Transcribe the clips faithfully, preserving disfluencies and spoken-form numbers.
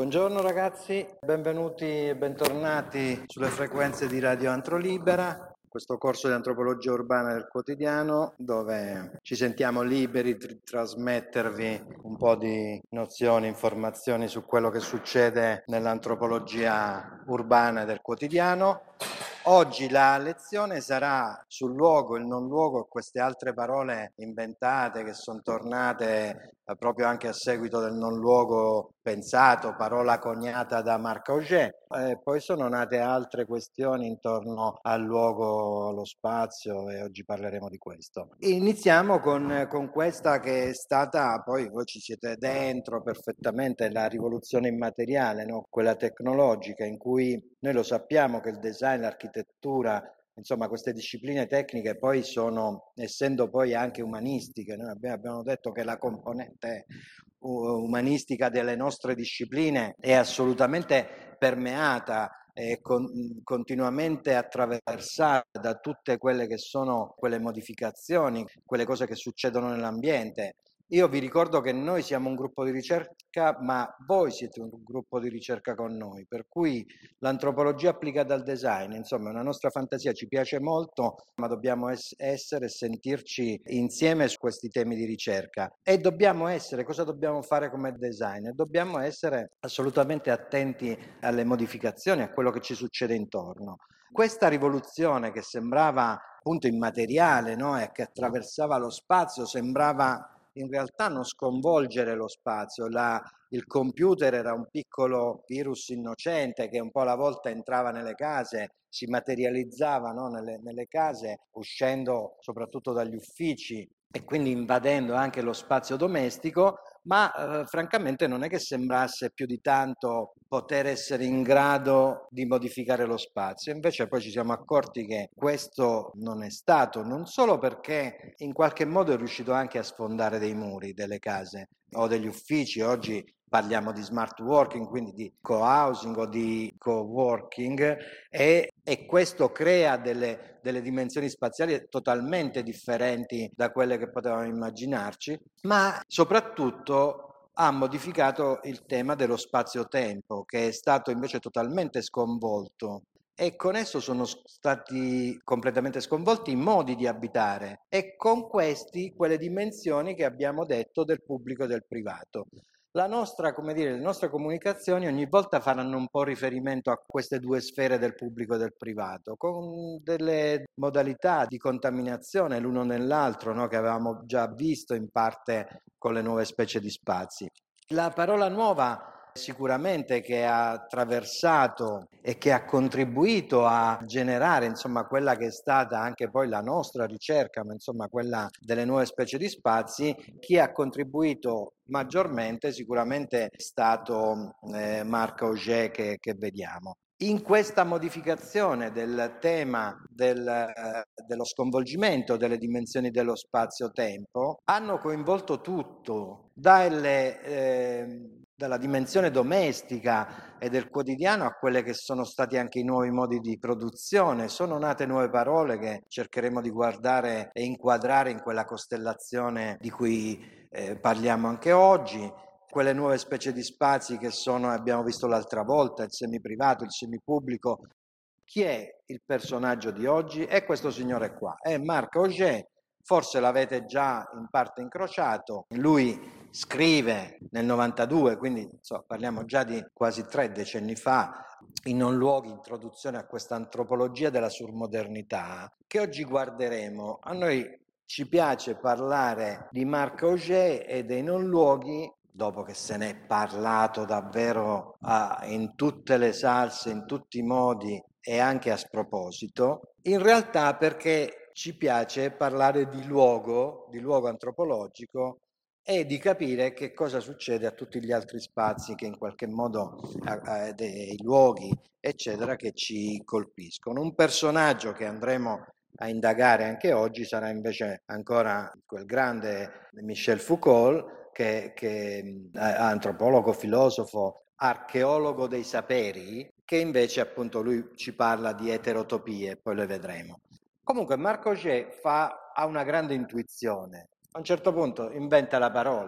Buongiorno ragazzi, benvenuti e bentornati sulle frequenze di Radio Antrolibera, questo corso di antropologia urbana del quotidiano dove ci sentiamo liberi di trasmettervi un po' di nozioni, informazioni su quello che succede nell'antropologia urbana e del quotidiano. Oggi la lezione sarà sul luogo, il non luogo e queste altre parole inventate che sono tornate eh, proprio anche a seguito del non luogo pensato, parola coniata da Marc Augé. Eh, poi sono nate altre questioni intorno al luogo, allo spazio e oggi parleremo di questo. Iniziamo con, con questa che è stata, poi voi ci siete dentro perfettamente, la rivoluzione immateriale, no? Quella tecnologica in cui noi lo sappiamo che il design, l'architettura, insomma queste discipline tecniche poi sono, essendo poi anche umanistiche, noi abbiamo detto che la componente umanistica delle nostre discipline è assolutamente permeata e con, continuamente attraversata da tutte quelle che sono quelle modificazioni, quelle cose che succedono nell'ambiente. Io vi ricordo che noi siamo un gruppo di ricerca, ma voi siete un gruppo di ricerca con noi, per cui l'antropologia applicata al design, insomma, è una nostra fantasia, ci piace molto, ma dobbiamo es- essere e sentirci insieme su questi temi di ricerca. E dobbiamo essere, cosa dobbiamo fare come designer? Dobbiamo essere assolutamente attenti alle modificazioni, a quello che ci succede intorno. Questa rivoluzione che sembrava appunto immateriale, no? E che attraversava lo spazio, sembrava in realtà non sconvolgere lo spazio. La, il computer era un piccolo virus innocente che un po' alla volta entrava nelle case, si materializzava, no? nelle, nelle case, uscendo soprattutto dagli uffici e quindi invadendo anche lo spazio domestico, ma eh, francamente non è che sembrasse più di tanto poter essere in grado di modificare lo spazio. Invece poi ci siamo accorti che questo non è stato, non solo perché in qualche modo è riuscito anche a sfondare dei muri delle case o degli uffici. Oggi parliamo di smart working, quindi di co-housing o di co-working e, e questo crea delle, delle dimensioni spaziali totalmente differenti da quelle che potevamo immaginarci, ma soprattutto ha modificato il tema dello spazio-tempo, che è stato invece totalmente sconvolto. E con esso sono stati completamente sconvolti i modi di abitare e con questi quelle dimensioni che abbiamo detto del pubblico e del privato. La nostra, come dire, le nostre comunicazioni ogni volta faranno un po' riferimento a queste due sfere del pubblico e del privato, con delle modalità di contaminazione l'uno nell'altro, no? Che avevamo già visto in parte con le nuove specie di spazi. La parola nuova sicuramente che ha attraversato e che ha contribuito a generare insomma quella che è stata anche poi la nostra ricerca, ma insomma quella delle nuove specie di spazi, chi ha contribuito maggiormente sicuramente è stato eh, Marc Augé che, che vediamo. In questa modificazione del tema del, eh, dello sconvolgimento delle dimensioni dello spazio-tempo hanno coinvolto tutto, dalle, eh, dalla dimensione domestica e del quotidiano a quelle che sono stati anche i nuovi modi di produzione. Sono nate nuove parole che cercheremo di guardare e inquadrare in quella costellazione di cui eh, parliamo anche oggi. Quelle nuove specie di spazi che sono, abbiamo visto l'altra volta, il semiprivato, il semipubblico. Chi è il personaggio di oggi? È questo signore qua, è Marc Augé, forse l'avete già in parte incrociato, lui scrive nel novantadue, quindi so, parliamo già di quasi tre decenni fa, in Non luoghi, introduzione a questa antropologia della surmodernità, che oggi guarderemo. A noi ci piace parlare di Marc Augé e dei non luoghi, dopo che se ne è parlato davvero ah, in tutte le salse, in tutti i modi e anche a sproposito, in realtà perché ci piace parlare di luogo, di luogo antropologico e di capire che cosa succede a tutti gli altri spazi che in qualche modo, eh, dei luoghi, eccetera, che ci colpiscono. Un personaggio che andremo a indagare anche oggi sarà invece ancora quel grande Michel Foucault, che, che è antropologo, filosofo, archeologo dei saperi, che invece appunto lui ci parla di eterotopie, poi le vedremo. Comunque Marc Augé fa, ha una grande intuizione, a un certo punto inventa la parola,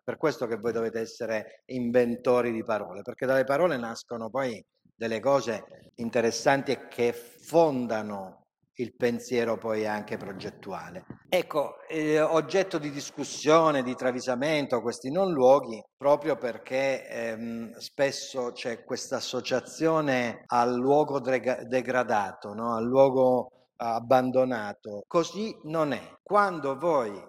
Per questo che voi dovete essere inventori di parole, perché dalle parole nascono poi delle cose interessanti e che fondano il pensiero poi anche progettuale. Ecco, eh, oggetto di discussione, di travisamento, questi non luoghi, proprio perché ehm, spesso c'è questa associazione al luogo dega- degradato, no? Al luogo abbandonato. Così non è. Quando voi,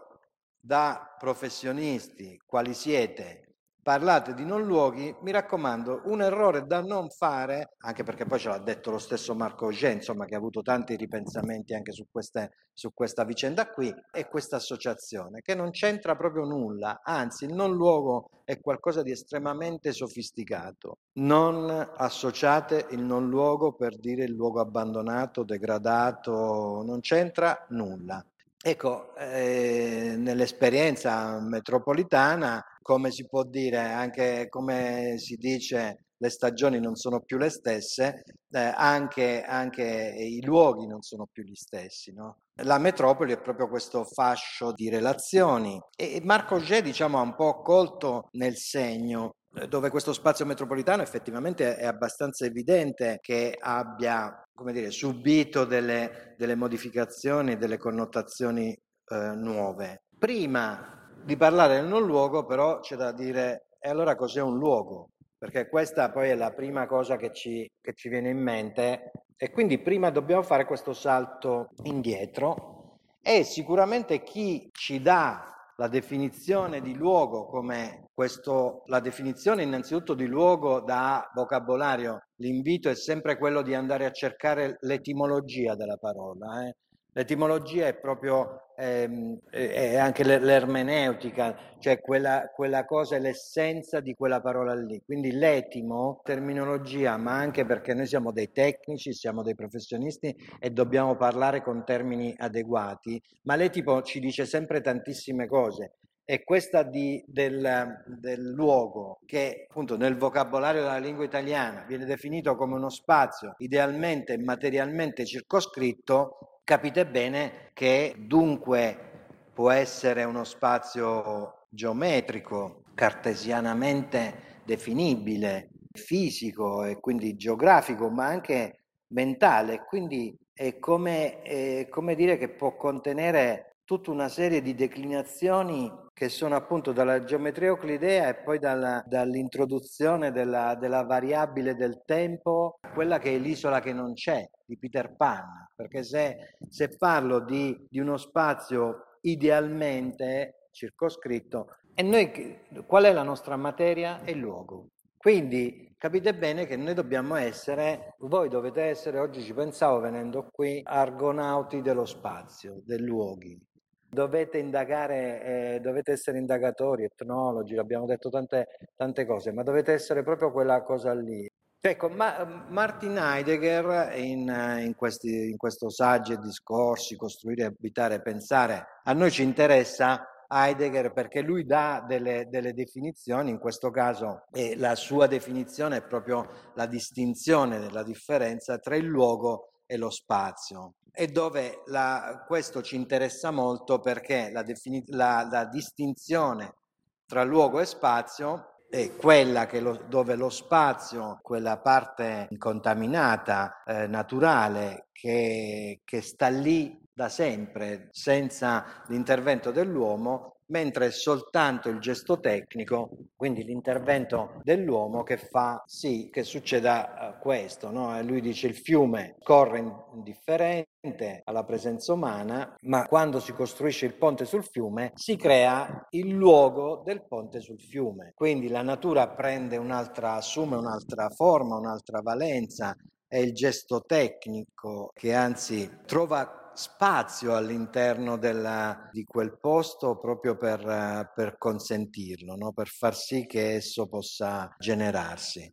da professionisti quali siete, parlate di non luoghi, mi raccomando, un errore da non fare, anche perché poi ce l'ha detto lo stesso Marco Auger, insomma, che ha avuto tanti ripensamenti anche su, queste, su questa vicenda qui, è questa associazione che non c'entra proprio nulla, anzi il non luogo è qualcosa di estremamente sofisticato. Non associate il non luogo per dire il luogo abbandonato, degradato, non c'entra nulla. Ecco, eh, nell'esperienza metropolitana, come si può dire, anche come si dice, le stagioni non sono più le stesse, eh, anche, anche i luoghi non sono più gli stessi, no? La metropoli è proprio questo fascio di relazioni e Marco Auger, diciamo, ha un po' colto nel segno dove questo spazio metropolitano effettivamente è abbastanza evidente che abbia, come dire, subito delle, delle modificazioni, delle connotazioni eh, nuove. Prima di parlare del non luogo, però, c'è da dire, e allora cos'è un luogo? Perché questa poi è la prima cosa che ci, che ci viene in mente e quindi prima dobbiamo fare questo salto indietro e sicuramente chi ci dà la definizione di luogo come questo, la definizione innanzitutto di luogo da vocabolario, l'invito è sempre quello di andare a cercare l'etimologia della parola. Eh. L'etimologia è proprio ehm, è anche l'ermeneutica, cioè quella, quella cosa è l'essenza di quella parola lì. Quindi l'etimo, terminologia, ma anche perché noi siamo dei tecnici, siamo dei professionisti e dobbiamo parlare con termini adeguati, ma l'etimo ci dice sempre tantissime cose. E questa di, del, del luogo che appunto nel vocabolario della lingua italiana viene definito come uno spazio idealmente e materialmente circoscritto, capite bene che dunque può essere uno spazio geometrico, cartesianamente definibile, fisico e quindi geografico, ma anche mentale. Quindi è come, è come dire che può contenere tutta una serie di declinazioni che sono appunto dalla geometria euclidea e poi dalla, dall'introduzione della, della variabile del tempo, quella che è l'isola che non c'è, di Peter Pan, perché se, se parlo di, di uno spazio idealmente circoscritto, e noi qual è la nostra materia? È il luogo. Quindi capite bene che noi dobbiamo essere, voi dovete essere, oggi ci pensavo venendo qui, argonauti dello spazio, dei luoghi. Dovete indagare, eh, dovete essere indagatori, etnologi, abbiamo detto tante, tante cose, ma dovete essere proprio quella cosa lì. Ecco, ma Martin Heidegger in, in, questi, in questo saggio e discorsi, costruire, abitare, pensare, a noi ci interessa Heidegger perché lui dà delle, delle definizioni, in questo caso eh, la sua definizione è proprio la distinzione, la differenza tra il luogo e lo spazio. E dove la, questo ci interessa molto perché la, defini- la, la distinzione tra luogo e spazio è quella che lo, dove lo spazio, quella parte incontaminata, eh, naturale, che, che sta lì da sempre, senza l'intervento dell'uomo, mentre è soltanto il gesto tecnico, quindi l'intervento dell'uomo, che fa sì che succeda uh, questo. No? E lui dice il fiume corre indifferente alla presenza umana, ma quando si costruisce il ponte sul fiume si crea il luogo del ponte sul fiume. Quindi la natura prende un'altra, assume un'altra forma, un'altra valenza, è il gesto tecnico che anzi trova spazio all'interno della, di quel posto proprio per, per consentirlo, no? Per far sì che esso possa generarsi.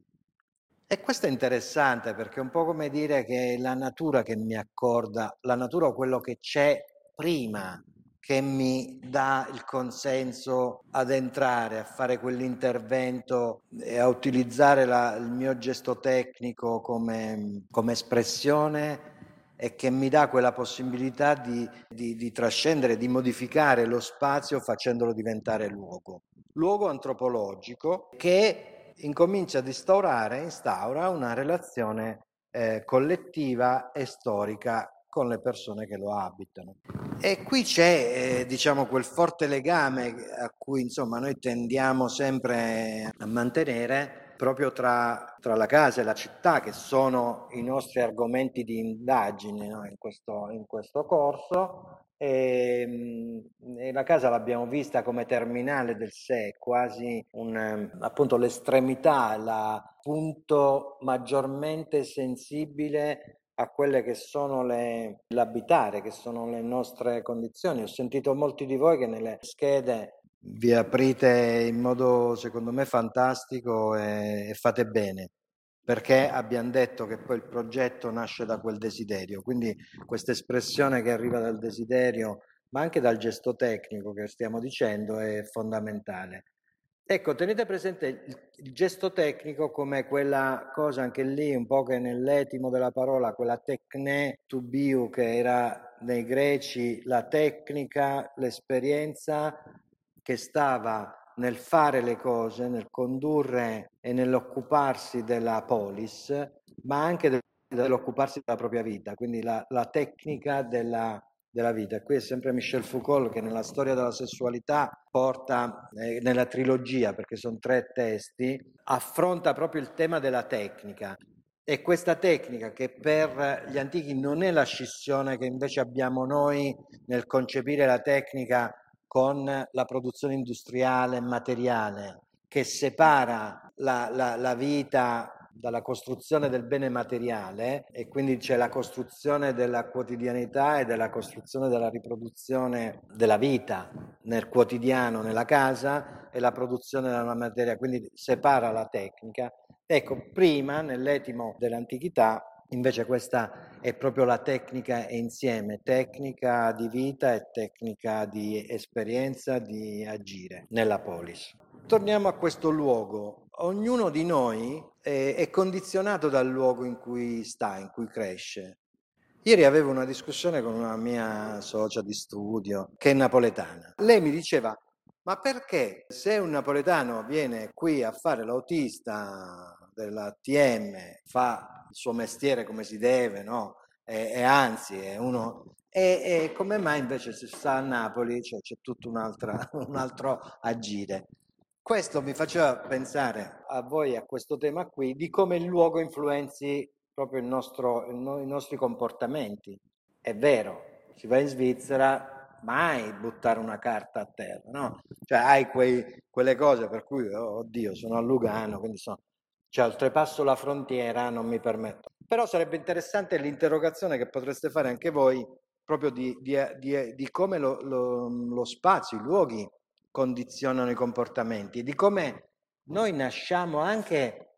E questo è interessante perché è un po' come dire che è la natura che mi accorda, la natura o quello che c'è prima che mi dà il consenso ad entrare, a fare quell'intervento e a utilizzare la, il mio gesto tecnico come, come espressione e che mi dà quella possibilità di, di, di trascendere, di modificare lo spazio facendolo diventare luogo. luogo antropologico che incomincia ad instaurare, instaura una relazione eh, collettiva e storica con le persone che lo abitano. E qui c'è, eh, diciamo, quel forte legame a cui, insomma, noi tendiamo sempre a mantenere proprio tra, tra la casa e la città, che sono i nostri argomenti di indagine, no? in, questo, in questo corso. E, e la casa l'abbiamo vista come terminale del sé, quasi un, appunto l'estremità, il punto maggiormente sensibile a quelle che sono le, l'abitare, che sono le nostre condizioni. Ho sentito molti di voi che nelle schede vi aprite in modo secondo me fantastico e, e fate bene, perché abbiamo detto che poi il progetto nasce da quel desiderio, quindi questa espressione che arriva dal desiderio, ma anche dal gesto tecnico che stiamo dicendo, è fondamentale. Ecco, tenete presente il, il gesto tecnico come quella cosa anche lì, un po' che nell'etimo della parola, quella tecne to biu, che era nei greci la tecnica, l'esperienza che stava nel fare le cose, nel condurre e nell'occuparsi della polis, ma anche de- dell'occuparsi della propria vita, quindi la, la tecnica della, della vita. Qui è sempre Michel Foucault che nella storia della sessualità porta, eh, nella trilogia, perché sono tre testi, affronta proprio il tema della tecnica. E questa tecnica che per gli antichi non è la scissione che invece abbiamo noi nel concepire la tecnica con la produzione industriale e materiale, che separa la, la, la vita dalla costruzione del bene materiale, e quindi c'è la costruzione della quotidianità e della costruzione della riproduzione della vita nel quotidiano, nella casa, e la produzione della materia, quindi separa la tecnica. Ecco, prima nell'etimo dell'antichità invece questa è proprio la tecnica e insieme, tecnica di vita e tecnica di esperienza, di agire nella polis. Torniamo a questo luogo. Ognuno di noi è, è condizionato dal luogo in cui sta, in cui cresce. Ieri avevo una discussione con una mia socia di studio che è napoletana. Lei mi diceva: ma perché se un napoletano viene qui a fare l'autista dell'A T M, fa il suo mestiere come si deve, no? E, e anzi è uno... E, e come mai invece se sta a Napoli cioè, c'è tutto un, un altro agire? Questo mi faceva pensare a voi, a questo tema qui, di come il luogo influenzi proprio il nostro, il no, i nostri comportamenti. È vero, si va in Svizzera, mai buttare una carta a terra, no? Cioè hai quei, quelle cose per cui, oh, oddio, sono a Lugano, quindi sono, cioè oltrepasso la frontiera, non mi permetto. Però sarebbe interessante l'interrogazione che potreste fare anche voi, proprio di, di, di, di come lo, lo, lo spazio, i luoghi condizionano i comportamenti, di come noi nasciamo anche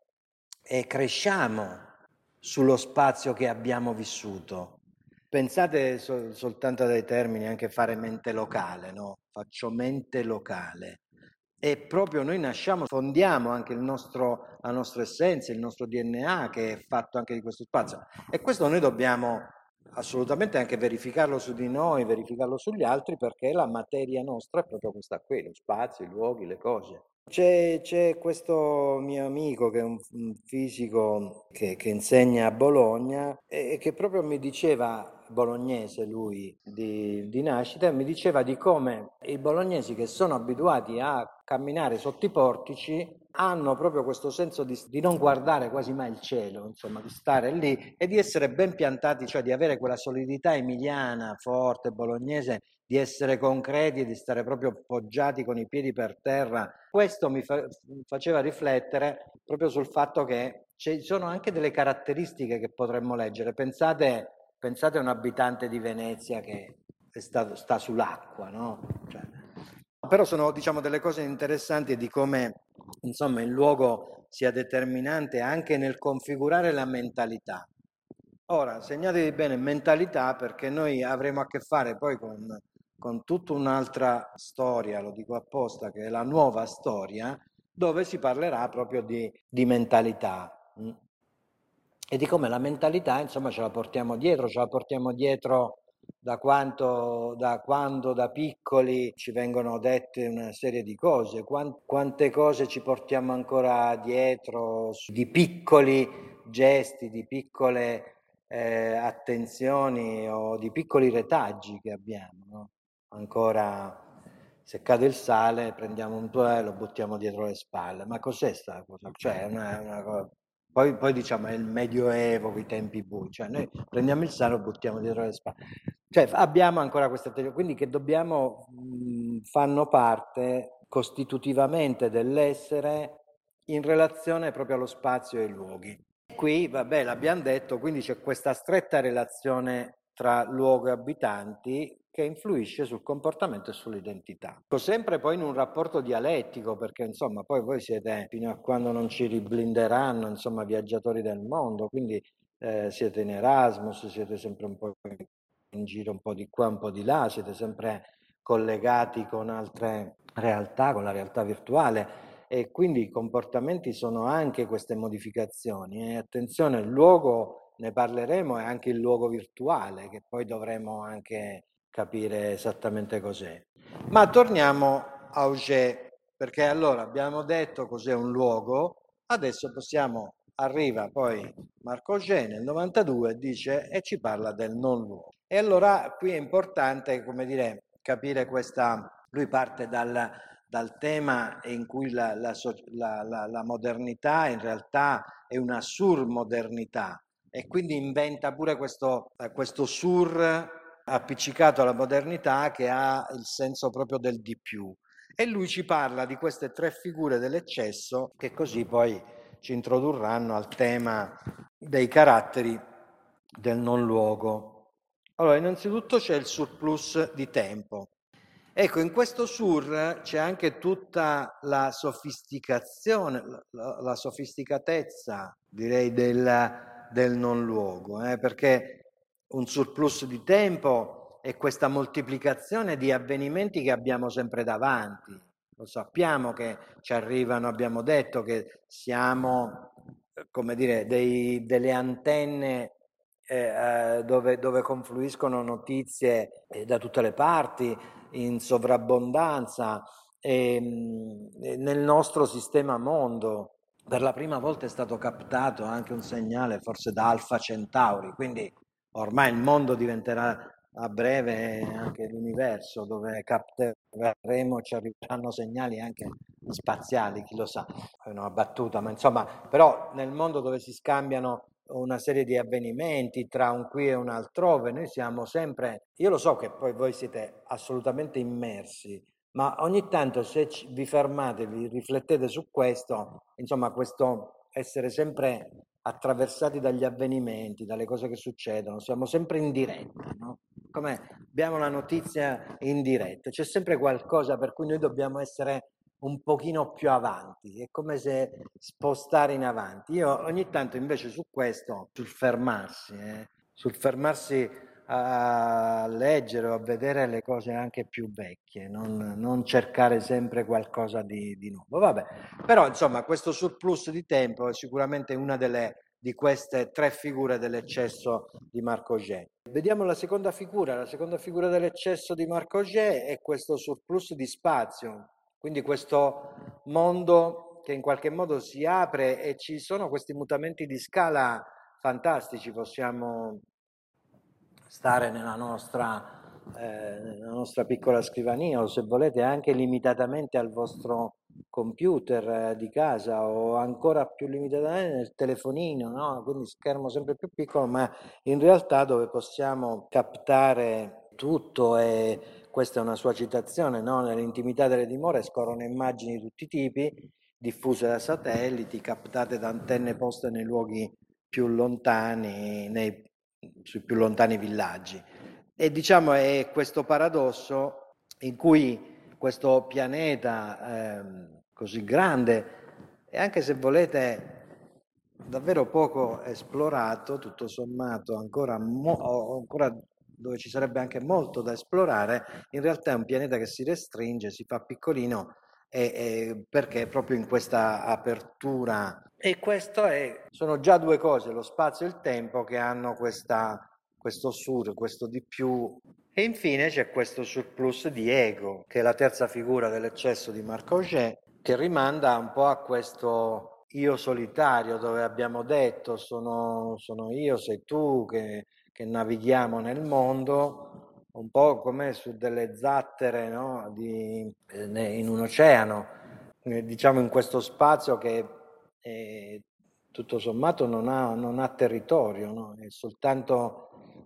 e cresciamo sullo spazio che abbiamo vissuto. Pensate so, soltanto dai termini, anche fare mente locale, no? Faccio mente locale. E proprio noi nasciamo, fondiamo anche il nostro, la nostra essenza, il nostro D N A che è fatto anche di questo spazio. E questo noi dobbiamo assolutamente anche verificarlo su di noi, verificarlo sugli altri, perché la materia nostra è proprio questa qui, lo spazio, i luoghi, le cose. C'è, c'è questo mio amico che è un, un fisico che, che insegna a Bologna e, e che proprio mi diceva, bolognese lui di, di nascita, e mi diceva di come i bolognesi che sono abituati a camminare sotto i portici hanno proprio questo senso di, di non guardare quasi mai il cielo, insomma, di stare lì e di essere ben piantati, cioè di avere quella solidità emiliana, forte, bolognese, di essere concreti e di stare proprio poggiati con i piedi per terra. Questo mi fa, faceva riflettere proprio sul fatto che ci sono anche delle caratteristiche che potremmo leggere. Pensate, pensate a un abitante di Venezia che sta, sta sull'acqua, no? Cioè, però sono, diciamo, delle cose interessanti di come, insomma, il luogo sia determinante anche nel configurare la mentalità. Ora, segnatevi bene mentalità, perché noi avremo a che fare poi con, con tutta un'altra storia, lo dico apposta, che è la nuova storia, dove si parlerà proprio di, di mentalità. mm? E di come la mentalità, insomma, ce la portiamo dietro, ce la portiamo dietro da quanto, da quando da piccoli ci vengono dette una serie di cose, quant- quante cose ci portiamo ancora dietro di piccoli gesti, di piccole eh, attenzioni o di piccoli retaggi che abbiamo, no? Ancora se cade il sale prendiamo un tuè e lo buttiamo dietro le spalle, ma cos'è sta cosa? Cioè, è una, una cosa... Poi, poi diciamo è il medioevo, i tempi bui, cioè noi prendiamo il sale e lo buttiamo dietro le spalle. Cioè abbiamo ancora questa teoria, quindi che dobbiamo, mh, fanno parte costitutivamente dell'essere in relazione proprio allo spazio e ai luoghi. Qui, vabbè, l'abbiamo detto, quindi c'è questa stretta relazione tra luogo e abitanti che influisce sul comportamento e sull'identità. Sempre poi in un rapporto dialettico, perché insomma poi voi siete, fino a quando non ci riblinderanno, insomma, viaggiatori del mondo, quindi eh, siete in Erasmus, siete sempre un po' in giro, un po' di qua, un po' di là, siete sempre collegati con altre realtà, con la realtà virtuale e quindi i comportamenti sono anche queste modificazioni. E attenzione, il luogo, ne parleremo, è anche il luogo virtuale, che poi dovremo anche capire esattamente cos'è. Ma torniamo a Auger, perché allora abbiamo detto cos'è un luogo, adesso possiamo, arriva poi Marc Auger nel novantadue, dice e ci parla del non luogo. E allora qui è importante, come dire, capire questa, lui parte dal, dal tema in cui la, la, la, la, la modernità in realtà è una surmodernità e quindi inventa pure questo, questo sur appiccicato alla modernità che ha il senso proprio del di più. E lui ci parla di queste tre figure dell'eccesso che così poi ci introdurranno al tema dei caratteri del non luogo. Allora, innanzitutto c'è il surplus di tempo. Ecco, in questo sur c'è anche tutta la sofisticazione, la, la sofisticatezza, direi, del, del non luogo, eh, perché un surplus di tempo è questa moltiplicazione di avvenimenti che abbiamo sempre davanti. Lo sappiamo che ci arrivano, abbiamo detto che siamo, come dire, dei, delle antenne eh, dove, dove confluiscono notizie eh, da tutte le parti, in sovrabbondanza. E, mh, nel nostro sistema mondo per la prima volta è stato captato anche un segnale forse da Alfa Centauri, quindi ormai il mondo diventerà a breve anche l'universo dove capteremo, ci arriveranno segnali anche spaziali, chi lo sa, è una battuta, ma insomma, però nel mondo dove si scambiano una serie di avvenimenti tra un qui e un altrove, noi siamo sempre, io lo so che poi voi siete assolutamente immersi, ma ogni tanto se vi fermate, vi riflettete su questo, insomma questo essere sempre attraversati dagli avvenimenti, dalle cose che succedono, siamo sempre in diretta, no? Come abbiamo la notizia in diretta, c'è sempre qualcosa per cui noi dobbiamo essere un pochino più avanti, è come se spostare in avanti. Io ogni tanto invece su questo, sul fermarsi, eh, sul fermarsi a leggere o a vedere le cose anche più vecchie, non, non cercare sempre qualcosa di, di nuovo. Vabbè, però insomma questo surplus di tempo è sicuramente una delle, di queste tre figure dell'eccesso di Marc Auger. Vediamo la seconda figura, la seconda figura dell'eccesso di Marc Auger è questo surplus di spazio, quindi questo mondo che in qualche modo si apre e ci sono questi mutamenti di scala fantastici, possiamo stare nella nostra, eh, nella nostra piccola scrivania o se volete anche limitatamente al vostro computer eh, di casa o ancora più limitatamente nel telefonino, no? Quindi schermo sempre più piccolo, ma in realtà dove possiamo captare tutto e questa è una sua citazione, no? Nell'intimità delle dimore scorrono immagini di tutti i tipi, diffuse da satelliti, captate da antenne poste nei luoghi più lontani, nei, sui più lontani villaggi. E diciamo è questo paradosso in cui questo pianeta eh, così grande e anche se volete davvero poco esplorato, tutto sommato ancora, mo- ancora dove ci sarebbe anche molto da esplorare, in realtà è un pianeta che si restringe, si fa piccolino e, e perché proprio in questa apertura. E questo è, sono già due cose, lo spazio e il tempo, che hanno questa questo sur, questo di più. E infine c'è questo surplus di ego, che è la terza figura dell'eccesso di Marc Augé, che rimanda un po' a questo io solitario, dove abbiamo detto sono, sono io, sei tu, che, che navighiamo nel mondo, un po' come su delle zattere, no? Di, eh, in un oceano, eh, diciamo in questo spazio che eh, tutto sommato non ha, non ha territorio, no? È soltanto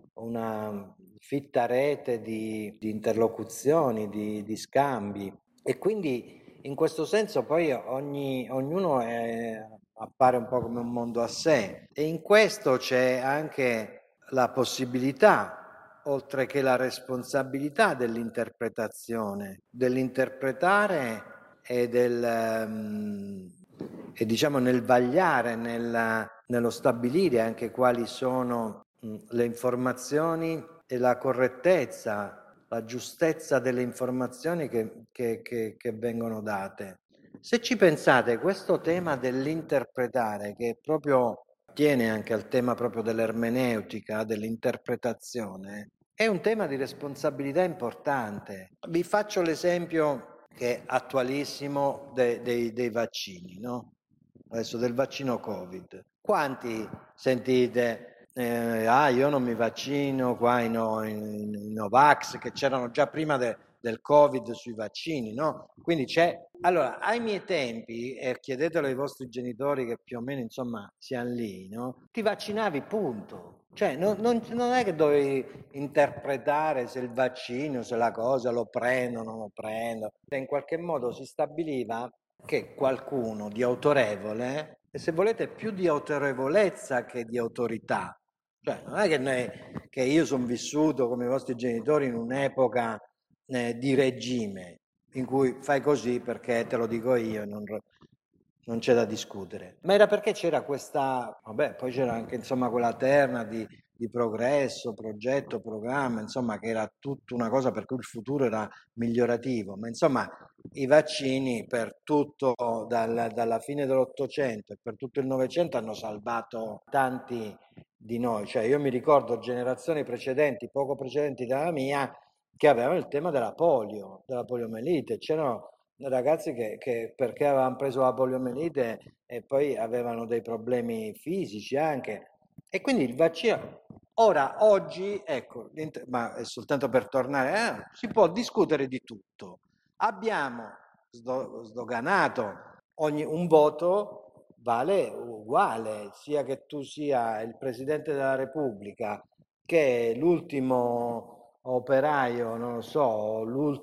una fitta rete di, di interlocuzioni, di, di scambi, e quindi in questo senso poi ogni, ognuno è, appare un po' come un mondo a sé, e in questo c'è anche la possibilità, oltre che la responsabilità dell'interpretazione, dell'interpretare e del um, e diciamo nel vagliare, nella, nello stabilire anche quali sono mh, le informazioni e la correttezza, la giustezza delle informazioni che, che, che, che vengono date. Se ci pensate, questo tema dell'interpretare, che proprio tiene anche al tema proprio dell'ermeneutica, dell'interpretazione, è un tema di responsabilità importante. Vi faccio l'esempio che è attualissimo de, de, dei vaccini, no? Adesso del vaccino Covid. Quanti sentite, eh, ah io non mi vaccino, qua i, no, i, i Novax, che c'erano già prima de, del Covid sui vaccini, no? Quindi c'è... Allora, ai miei tempi, e chiedetelo ai vostri genitori che più o meno, insomma, siano lì, no? Ti vaccinavi, punto. Cioè, non, non, non è che dovevi interpretare se il vaccino, se la cosa lo prendo o non lo prendo. In qualche modo si stabiliva che qualcuno di autorevole, e se volete più di autorevolezza che di autorità, cioè non è che, noi, che io sono vissuto come i vostri genitori in un'epoca eh, di regime, in cui fai così perché te lo dico io, non, non c'è da discutere, ma era perché c'era questa, vabbè, poi c'era anche insomma quella terna di, di progresso, progetto, programma, insomma che era tutta una cosa per cui il futuro era migliorativo, ma insomma i vaccini per tutto, dal, dalla fine dell'Ottocento e per tutto il Novecento hanno salvato tanti di noi, cioè io mi ricordo generazioni precedenti, poco precedenti dalla mia, che avevano il tema della polio, della poliomelite, c'erano ragazzi che, che perché avevano preso la poliomelite e poi avevano dei problemi fisici anche, e quindi il vaccino... Ora, oggi, ecco, ma è soltanto per tornare, eh, si può discutere di tutto. Abbiamo sdoganato ogni, un voto vale uguale, sia che tu sia il Presidente della Repubblica, che l'ultimo operaio, non lo so,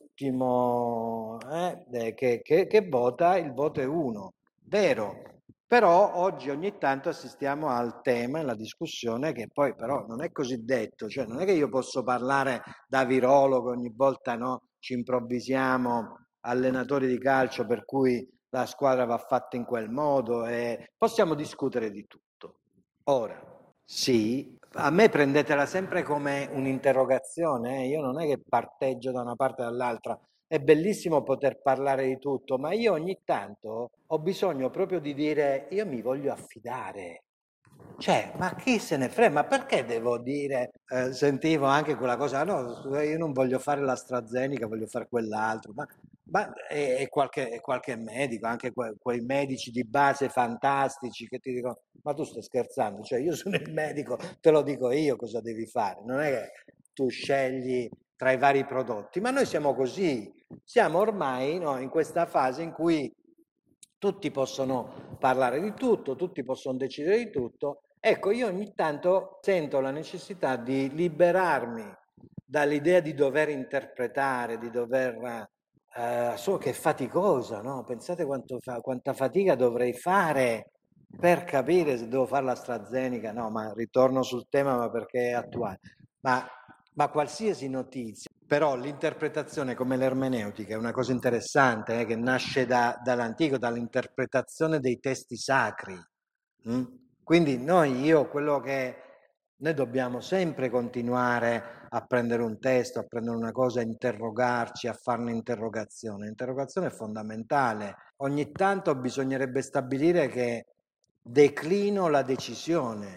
l'ultimo eh, che, che, che vota, il voto è uno, vero? Però oggi ogni tanto assistiamo al tema, alla discussione, che poi però non è così detto, cioè non è che io posso parlare da virologo, ogni volta no, ci improvvisiamo allenatori di calcio per cui la squadra va fatta in quel modo, e possiamo discutere di tutto. Ora, sì, a me prendetela sempre come un'interrogazione, eh? Io non è che parteggio da una parte o dall'altra, è bellissimo poter parlare di tutto, ma io ogni tanto ho bisogno proprio di dire io mi voglio affidare. Cioè, ma chi se ne frega? Ma perché devo dire, eh, sentivo anche quella cosa, no, io non voglio fare l'AstraZeneca, voglio fare quell'altro, ma, ma e, e qualche, e qualche medico, anche que, quei medici di base fantastici che ti dicono, ma tu stai scherzando, cioè io sono il medico, te lo dico io cosa devi fare, non è che tu scegli tra i vari prodotti, ma noi siamo così, siamo ormai no, in questa fase in cui tutti possono parlare di tutto, tutti possono decidere di tutto. Ecco, io ogni tanto sento la necessità di liberarmi dall'idea di dover interpretare, di dover... Eh, so che è faticosa, no? Pensate quanto fa, quanta fatica dovrei fare per capire se devo fare l'AstraZeneca. No, ma ritorno sul tema, ma perché è attuale. Ma, ma qualsiasi notizia, però l'interpretazione come l'ermeneutica è una cosa interessante, eh, che nasce da, dall'antico, dall'interpretazione dei testi sacri. Mm? Quindi noi, io, quello che noi dobbiamo sempre continuare a prendere un testo, a prendere una cosa, a interrogarci, a fare un'interrogazione. L'interrogazione è fondamentale. Ogni tanto bisognerebbe stabilire che declino la decisione,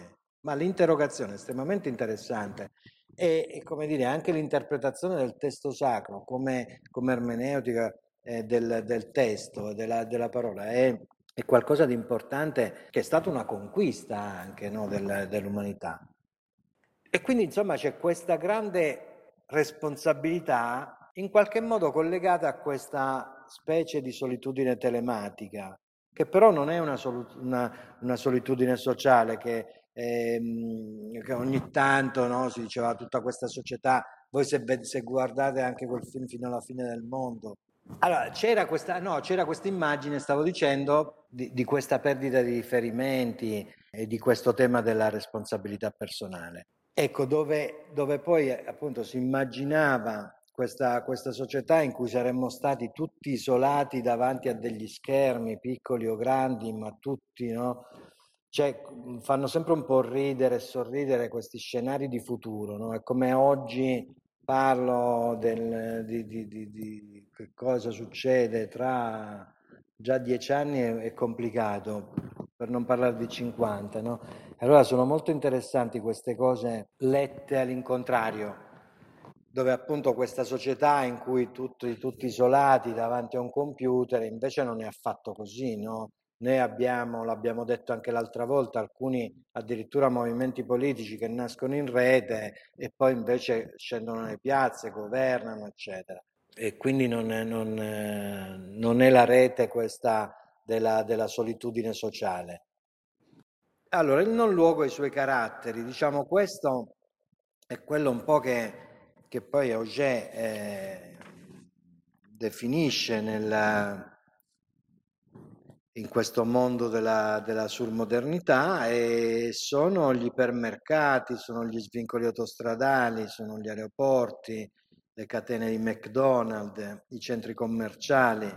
Ma l'interrogazione è estremamente interessante e, e, come dire, anche l'interpretazione del testo sacro come, come ermeneutica eh, del, del testo, della, della parola, è, è qualcosa di importante che è stata una conquista anche, no, del, dell'umanità. E quindi insomma c'è questa grande responsabilità in qualche modo collegata a questa specie di solitudine telematica, che però non è una, solu- una, una solitudine sociale che, ehm, che ogni tanto, no, si diceva tutta questa società, voi se, se guardate anche quel film Fino alla fine del mondo. Allora, c'era questa, no, c'era questa immagine, stavo dicendo, di, di questa perdita di riferimenti e di questo tema della responsabilità personale. Ecco, dove, dove poi appunto si immaginava questa, questa società in cui saremmo stati tutti isolati davanti a degli schermi, piccoli o grandi, ma tutti, no? Cioè, fanno sempre un po' ridere e sorridere questi scenari di futuro, no? È come oggi parlo del, di, di, di, di che cosa succede tra già dieci anni è, è complicato, per non parlare di cinquanta, no? Allora sono molto interessanti queste cose lette all'incontrario, dove appunto questa società in cui tutti, tutti isolati davanti a un computer invece non è affatto così, no? Noi abbiamo, l'abbiamo detto anche l'altra volta, alcuni addirittura movimenti politici che nascono in rete e poi invece scendono nelle piazze, governano, eccetera. E quindi non è, non, eh, non è la rete questa della, della solitudine sociale. Allora, il non luogo e i suoi caratteri, diciamo questo è quello un po' che, che poi Auger eh, definisce nel, in questo mondo della, della surmodernità e sono gli ipermercati, sono gli svincoli autostradali, sono gli aeroporti, le catene di McDonald's, i centri commerciali,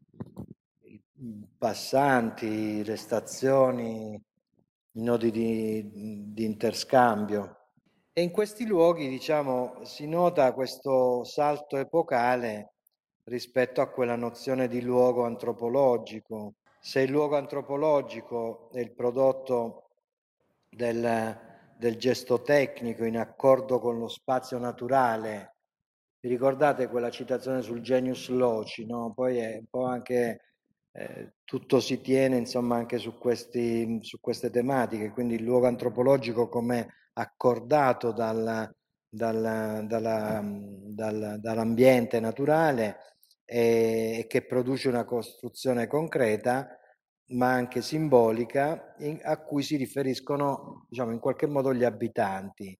i passanti, le stazioni, i nodi di, di interscambio. E in questi luoghi, diciamo, si nota questo salto epocale rispetto a quella nozione di luogo antropologico. Se il luogo antropologico è il prodotto del, del gesto tecnico in accordo con lo spazio naturale, vi ricordate quella citazione sul genius loci, no? Poi è un po' anche eh, tutto si tiene insomma anche su, questi, su queste tematiche, quindi il luogo antropologico come accordato dal, dal, dalla, dal, dall'ambiente naturale e, e che produce una costruzione concreta ma anche simbolica in, a cui si riferiscono diciamo in qualche modo gli abitanti.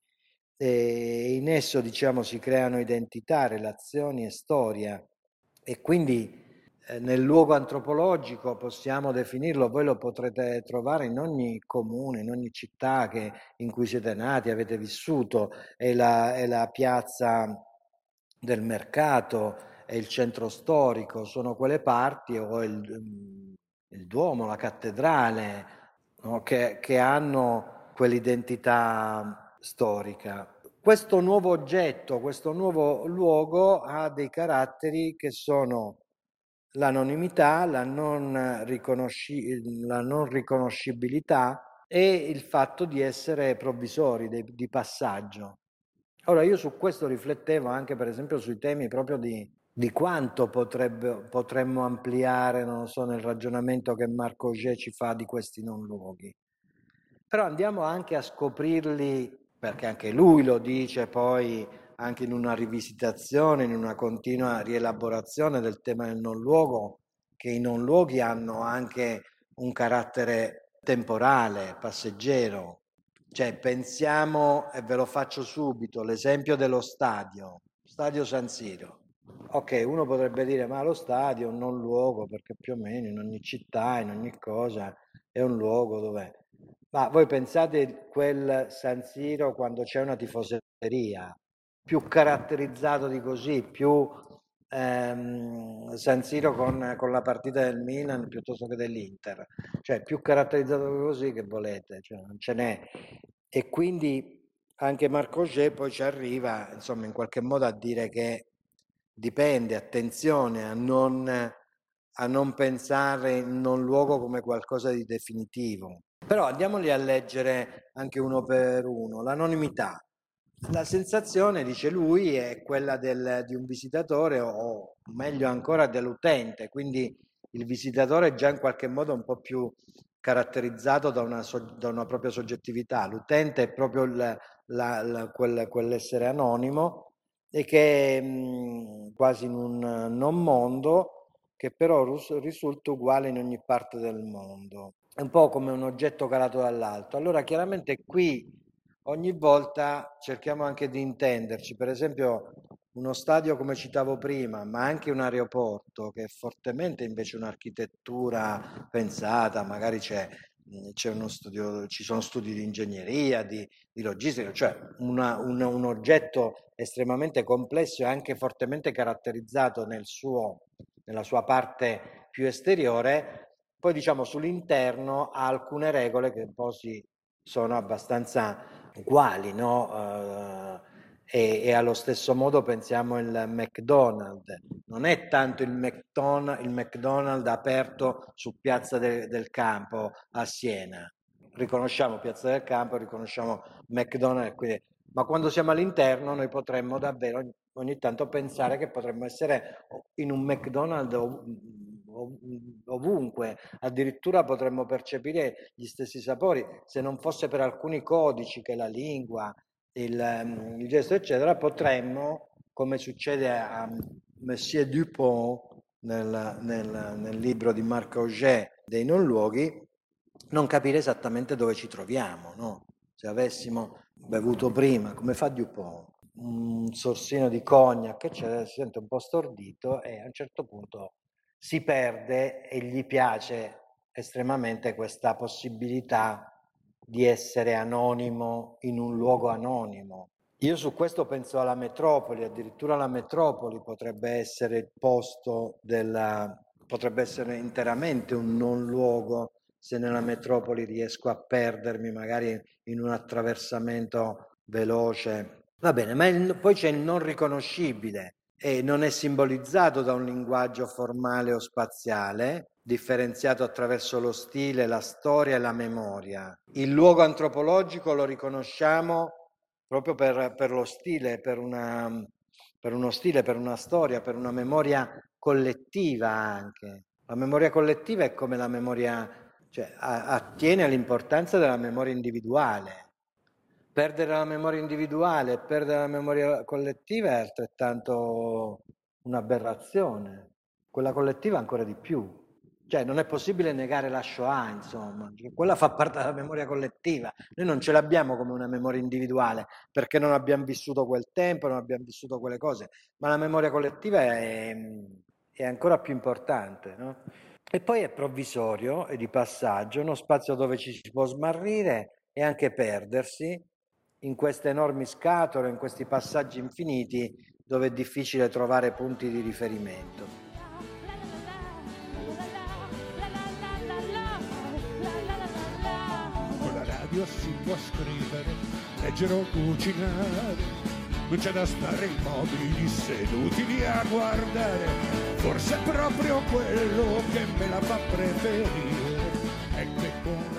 E in esso diciamo si creano identità, relazioni e storia e quindi eh, nel luogo antropologico possiamo definirlo, voi lo potrete trovare in ogni comune, in ogni città che, in cui siete nati, avete vissuto, è la, è la piazza del mercato, è il centro storico, sono quelle parti o il, il Duomo, la cattedrale, no? che, che hanno quell'identità storica. Questo nuovo oggetto, questo nuovo luogo ha dei caratteri che sono l'anonimità, la non, riconosci- la non riconoscibilità e il fatto di essere provvisori, di, di passaggio. Ora io su questo riflettevo anche per esempio sui temi proprio di, di quanto potrebbe, potremmo ampliare, non lo so, nel ragionamento che Marco Auger ci fa di questi non luoghi. Però andiamo anche a scoprirli, perché anche lui lo dice poi anche in una rivisitazione, in una continua rielaborazione del tema del non luogo, che i non luoghi hanno anche un carattere temporale, passeggero. Cioè pensiamo, e ve lo faccio subito, l'esempio dello stadio, stadio San Siro. Ok, uno potrebbe dire ma lo stadio è un non luogo perché più o meno in ogni città, in ogni cosa è un luogo dove... Ma voi pensate quel San Siro quando c'è una tifoseria, più caratterizzato di così, più ehm, San Siro con, con la partita del Milan piuttosto che dell'Inter, cioè più caratterizzato di così che volete, cioè, non ce n'è. E quindi anche Marco Auger poi ci arriva, insomma, in qualche modo a dire che dipende, attenzione a non, a non pensare in un luogo come qualcosa di definitivo. Però andiamoli a leggere anche uno per uno. L'anonimità. La sensazione, dice lui, è quella del, di un visitatore o meglio ancora dell'utente, quindi il visitatore è già in qualche modo un po' più caratterizzato da una, da una propria soggettività, l'utente è proprio il, la, la, quel, quell'essere anonimo e che è mh, quasi in un non mondo che però risulta uguale in ogni parte del mondo. È un po' come un oggetto calato dall'alto. Allora chiaramente qui ogni volta cerchiamo anche di intenderci, per esempio uno stadio come citavo prima, ma anche un aeroporto che è fortemente invece un'architettura pensata, magari c'è, c'è uno studio, ci sono studi di ingegneria, di, di logistica, cioè una, una, un oggetto estremamente complesso e anche fortemente caratterizzato nel suo, nella sua parte più esteriore, poi diciamo sull'interno ha alcune regole che poi si, sono abbastanza uguali, no? Uh, e, e allo stesso modo pensiamo il McDonald's, non è tanto il, McDonald's, il McDonald's aperto su Piazza de, del Campo a Siena, riconosciamo Piazza del Campo, riconosciamo McDonald's, quindi, ma quando siamo all'interno noi potremmo davvero ogni, ogni tanto pensare che potremmo essere in un McDonald's ov, ovunque, addirittura potremmo percepire gli stessi sapori, se non fosse per alcuni codici che la lingua, il, il gesto eccetera, potremmo, come succede a Monsieur Dupont nel, nel, nel libro di Marc Auger dei non luoghi, non capire esattamente dove ci troviamo, no? Se avessimo bevuto prima, come fa Dupont, un sorsino di cognac, eccetera, si sente un po' stordito e a un certo punto si perde e gli piace estremamente questa possibilità di essere anonimo in un luogo anonimo. Io su questo penso alla metropoli, addirittura la metropoli potrebbe essere il posto della, potrebbe essere interamente un non luogo se nella metropoli riesco a perdermi magari in un attraversamento veloce. Va bene, ma il, poi c'è il non riconoscibile e non è simbolizzato da un linguaggio formale o spaziale, differenziato attraverso lo stile, la storia e la memoria. Il luogo antropologico lo riconosciamo proprio per, per lo stile, per, una, per uno stile, per una storia, per una memoria collettiva anche. La memoria collettiva è come la memoria, cioè attiene all'importanza della memoria individuale. Perdere la memoria individuale e perdere la memoria collettiva è altrettanto un'aberrazione. Quella collettiva ancora di più. Cioè non è possibile negare la Shoah, insomma, quella fa parte della memoria collettiva. Noi non ce l'abbiamo come una memoria individuale perché non abbiamo vissuto quel tempo, non abbiamo vissuto quelle cose, ma la memoria collettiva è, è ancora più importante, no? E poi è provvisorio e di passaggio, uno spazio dove ci si può smarrire e anche perdersi in queste enormi scatole, in questi passaggi infiniti dove è difficile trovare punti di riferimento. Con la radio si può scrivere, leggere o cucinare, non c'è da stare immobili seduti lì a guardare, forse è proprio quello che me la fa preferire, è che con